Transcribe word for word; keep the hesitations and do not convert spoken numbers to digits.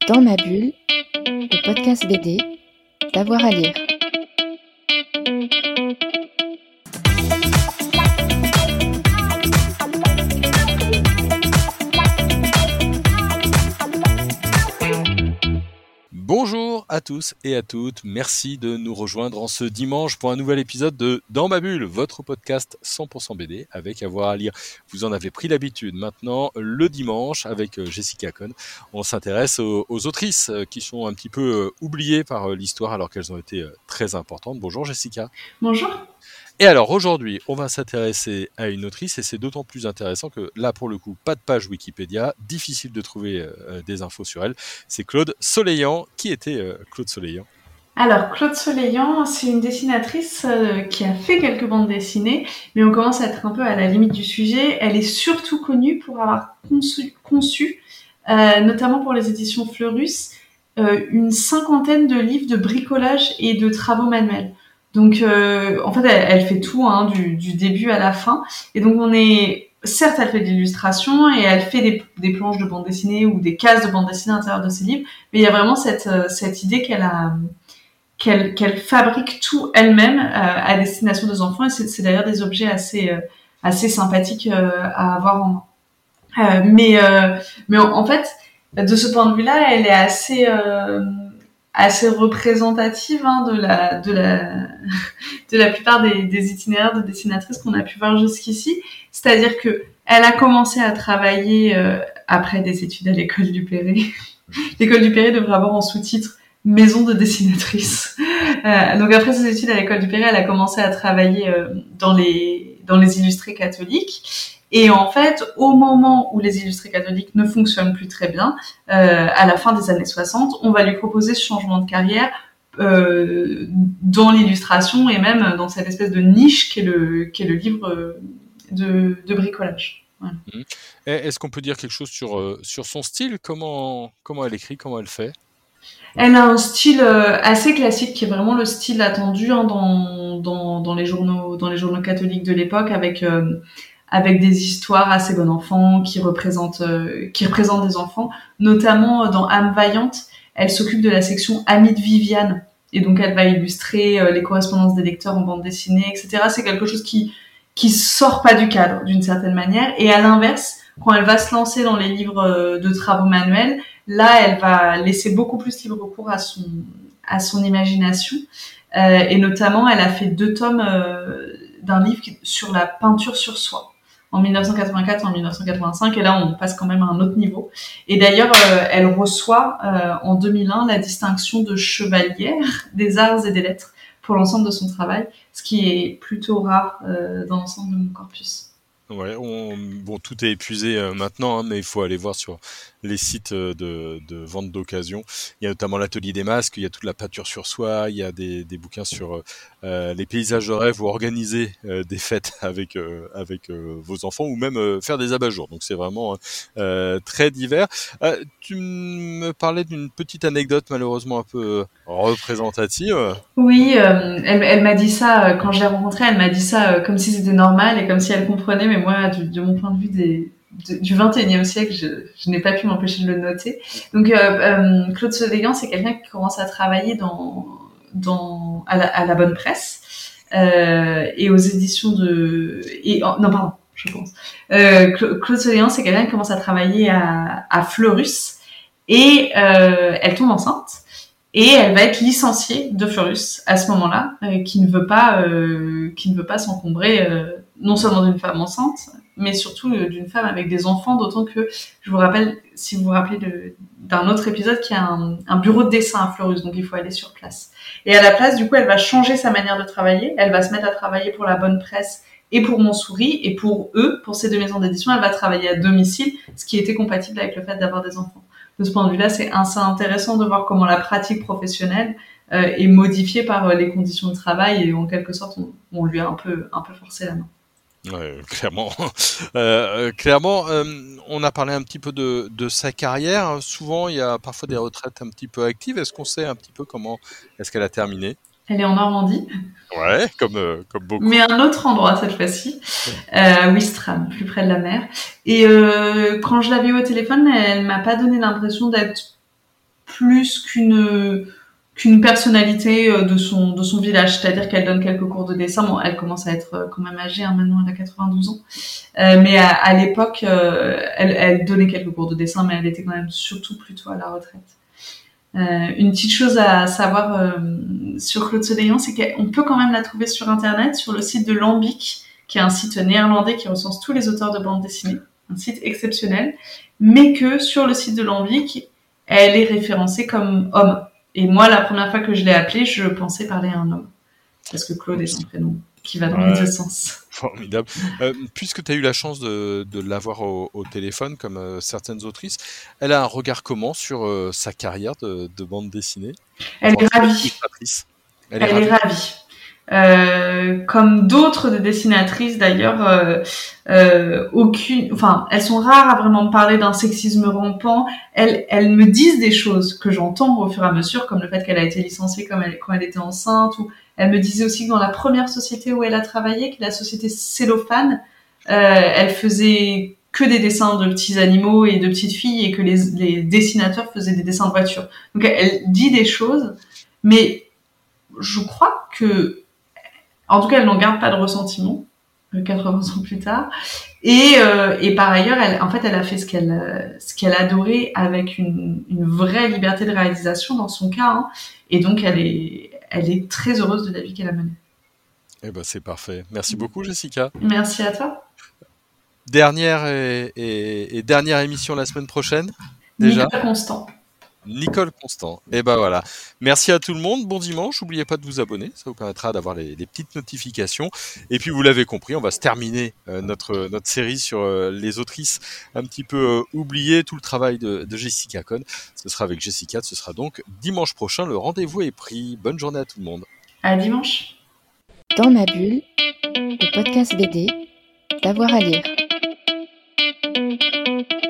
Dans ma bulle, le podcast B D, d'avoir à lire. Bonjour à tous et à toutes, merci de nous rejoindre en ce dimanche pour un nouvel épisode de Dans ma bulle, votre podcast cent pour cent B D avec avoir à lire. Vous en avez pris l'habitude. Maintenant, le dimanche, avec Jessica Cohn, on s'intéresse aux, aux autrices qui sont un petit peu oubliées par l'histoire alors qu'elles ont été très importantes. Bonjour Jessica. Bonjour. Et alors aujourd'hui, on va s'intéresser à une autrice et c'est d'autant plus intéressant que là pour le coup, pas de page Wikipédia, difficile de trouver euh, des infos sur elle. C'est Claude Soleillant. Qui était euh, Claude Soleillant ? Alors Claude Soleillant, c'est une dessinatrice euh, qui a fait quelques bandes dessinées, mais on commence à être un peu à la limite du sujet. Elle est surtout connue pour avoir conçu, conçu euh, notamment pour les éditions Fleurus, euh, une cinquantaine de livres de bricolage et de travaux manuels. Donc, euh, en fait, elle, elle fait tout, hein, du, du début à la fin. Et donc, on est... Certes, elle fait de l'illustration et elle fait des, des planches de bande dessinée ou des cases de bande dessinée à l'intérieur de ses livres. Mais il y a vraiment cette, cette idée qu'elle a... Qu'elle, qu'elle fabrique tout elle-même euh, à destination des enfants. Et c'est, c'est d'ailleurs des objets assez, euh, assez sympathiques euh, à avoir en main. Euh, mais, euh, mais en, en fait, de ce point de vue-là, elle est assez... Euh, assez représentative hein, de la de la de la plupart des, des itinéraires de dessinatrices qu'on a pu voir jusqu'ici. C'est-à-dire que elle a commencé à travailler euh, après des études à l'école du Perret. L'école du Perret devrait avoir en sous-titre maison de dessinatrice. Euh, donc après ses études à l'école du Perret, elle a commencé à travailler euh, dans les dans les illustrés catholiques. Et en fait, au moment où les illustrés catholiques ne fonctionnent plus très bien, euh, à la fin des années soixante, on va lui proposer ce changement de carrière euh, dans l'illustration et même dans cette espèce de niche qu'est le, qu'est le livre de, de bricolage. Voilà. Mmh. Est-ce qu'on peut dire quelque chose sur, euh, sur son style ? Comment, comment elle écrit ? Comment elle fait ? Elle a un style euh, assez classique qui est vraiment le style attendu hein, dans, dans, dans, les journaux, dans les journaux catholiques de l'époque avec... Euh, avec des histoires assez bon enfant qui représentent euh, qui représentent des enfants, notamment dans Âme vaillante, elle s'occupe de la section Amis de Viviane et donc elle va illustrer euh, les correspondances des lecteurs en bande dessinée, et cetera. C'est quelque chose qui qui sort pas du cadre d'une certaine manière. Et à l'inverse, quand elle va se lancer dans les livres de travaux manuels, là elle va laisser beaucoup plus libre cours à son à son imagination euh, et notamment elle a fait deux tomes euh, d'un livre sur la peinture sur soie en dix-neuf cent quatre-vingt-quatre et en dix-neuf cent quatre-vingt-cinq, et là on passe quand même à un autre niveau. Et d'ailleurs, euh, elle reçoit euh, en deux mille un la distinction de chevalière des arts et des lettres pour l'ensemble de son travail, ce qui est plutôt rare euh, dans l'ensemble de mon corpus. Ouais, on, bon, tout est épuisé euh, maintenant, hein, mais il faut aller voir sur les sites de, de vente d'occasion. Il y a notamment l'atelier des masques, il y a toute la peinture sur soie, il y a des, des bouquins sur euh, les paysages de rêve ou organiser euh, des fêtes avec euh, avec euh, vos enfants ou même euh, faire des abat-jours. Donc c'est vraiment euh, très divers. Euh, tu me parlais d'une petite anecdote malheureusement un peu représentative. Oui, euh, elle, elle m'a dit ça euh, quand je l'ai rencontrée. Elle m'a dit ça euh, comme si c'était normal et comme si elle comprenait. Mais moi, du, de mon point de vue des de, du vingt et unième siècle, je, je n'ai pas pu m'empêcher de le noter. Donc, euh, euh, Claude Soleillant, c'est quelqu'un qui commence à travailler dans, dans, à, la, à la Bonne Presse euh, et aux éditions de... Et, oh, non, pardon, je pense. Euh, Claude Soleillant, c'est quelqu'un qui commence à travailler à, à Fleurus et euh, elle tombe enceinte. Et elle va être licenciée de Fleurus à ce moment-là, euh, qui ne veut pas, euh, qui ne veut pas s'encombrer euh, non seulement d'une femme enceinte, mais surtout euh, d'une femme avec des enfants. D'autant que je vous rappelle, si vous vous rappelez de, d'un autre épisode, qu'il y a un, un bureau de dessin à Fleurus, donc il faut aller sur place. Et à la place, du coup, elle va changer sa manière de travailler. Elle va se mettre à travailler pour la Bonne Presse et pour Montsouris, et pour eux, pour ces deux maisons d'édition, elle va travailler à domicile, ce qui était compatible avec le fait d'avoir des enfants. De ce point de vue-là, c'est assez intéressant de voir comment la pratique professionnelle euh, est modifiée par euh, les conditions de travail et en quelque sorte, on, on lui a un peu, un peu forcé la main. Ouais, clairement. Euh, clairement, euh, on a parlé un petit peu de, de sa carrière. Souvent, il y a parfois des retraites un petit peu actives. Est-ce qu'on sait un petit peu comment est-ce qu'elle a terminé ? Elle est en Normandie. Ouais, comme, euh, comme beaucoup. Mais un autre endroit cette fois-ci, euh, Ouistreham, plus près de la mer. Et euh, quand je l'avais eu au téléphone, elle m'a pas donné l'impression d'être plus qu'une qu'une personnalité de son de son village, c'est-à-dire qu'elle donne quelques cours de dessin. Bon, elle commence à être quand même âgée, hein, maintenant elle a quatre-vingt-douze ans, euh, mais à, à l'époque, euh, elle, elle donnait quelques cours de dessin, mais elle était quand même surtout plutôt à la retraite. Euh, une petite chose à savoir euh, sur Claude Soleillant, c'est qu'on peut quand même la trouver sur Internet, sur le site de Lambic, qui est un site néerlandais qui recense tous les auteurs de bande dessinée, un site exceptionnel, mais que sur le site de Lambic, elle est référencée comme homme. Et moi, la première fois que je l'ai appelée, je pensais parler à un homme. Parce que Claude est un prénom qui va dans ouais, les deux sens. Formidable. Euh, puisque tu as eu la chance de, de l'avoir au, au téléphone, comme euh, certaines autrices, elle a un regard comment sur euh, sa carrière de, de bande dessinée ? Elle est ravie. Elle, Elle est ravie. Est ravie. Euh, comme d'autres de dessinatrices d'ailleurs, euh, euh, aucune, enfin, elles sont rares à vraiment parler d'un sexisme rampant. Elles, elles me disent des choses que j'entends au fur et à mesure, comme le fait qu'elle a été licenciée comme elle, quand elle était enceinte. Ou elle me disait aussi que dans la première société où elle a travaillé, qui est la société Cellophane, euh, elle faisait que des dessins de petits animaux et de petites filles, et que les, les dessinateurs faisaient des dessins de voitures. Donc elle, elle dit des choses, mais je crois que en tout cas, elle n'en garde pas de ressentiment, quatre-vingts ans plus tard. Et, euh, et par ailleurs, elle, en fait, elle a fait ce qu'elle, ce qu'elle adorait avec une, une vraie liberté de réalisation dans son cas. Hein. Et donc, elle est, elle est très heureuse de la vie qu'elle a menée. Eh ben, c'est parfait. Merci beaucoup, Jessica. Merci à toi. Dernière et, et, et dernière émission la semaine prochaine, déjà. Nicole Constant. Nicole Constant. Et ben voilà. Merci à tout le monde. Bon dimanche. N'oubliez pas de vous abonner. Ça vous permettra d'avoir les, les petites notifications. Et puis, vous l'avez compris, on va se terminer euh, notre, notre série sur euh, les autrices un petit peu euh, oubliées. Tout le travail de, de Jessica Cohn. Ce sera avec Jessica. Ce sera donc dimanche prochain. Le rendez-vous est pris. Bonne journée à tout le monde. À dimanche. Dans ma bulle, le podcast B D, d'avoir à lire.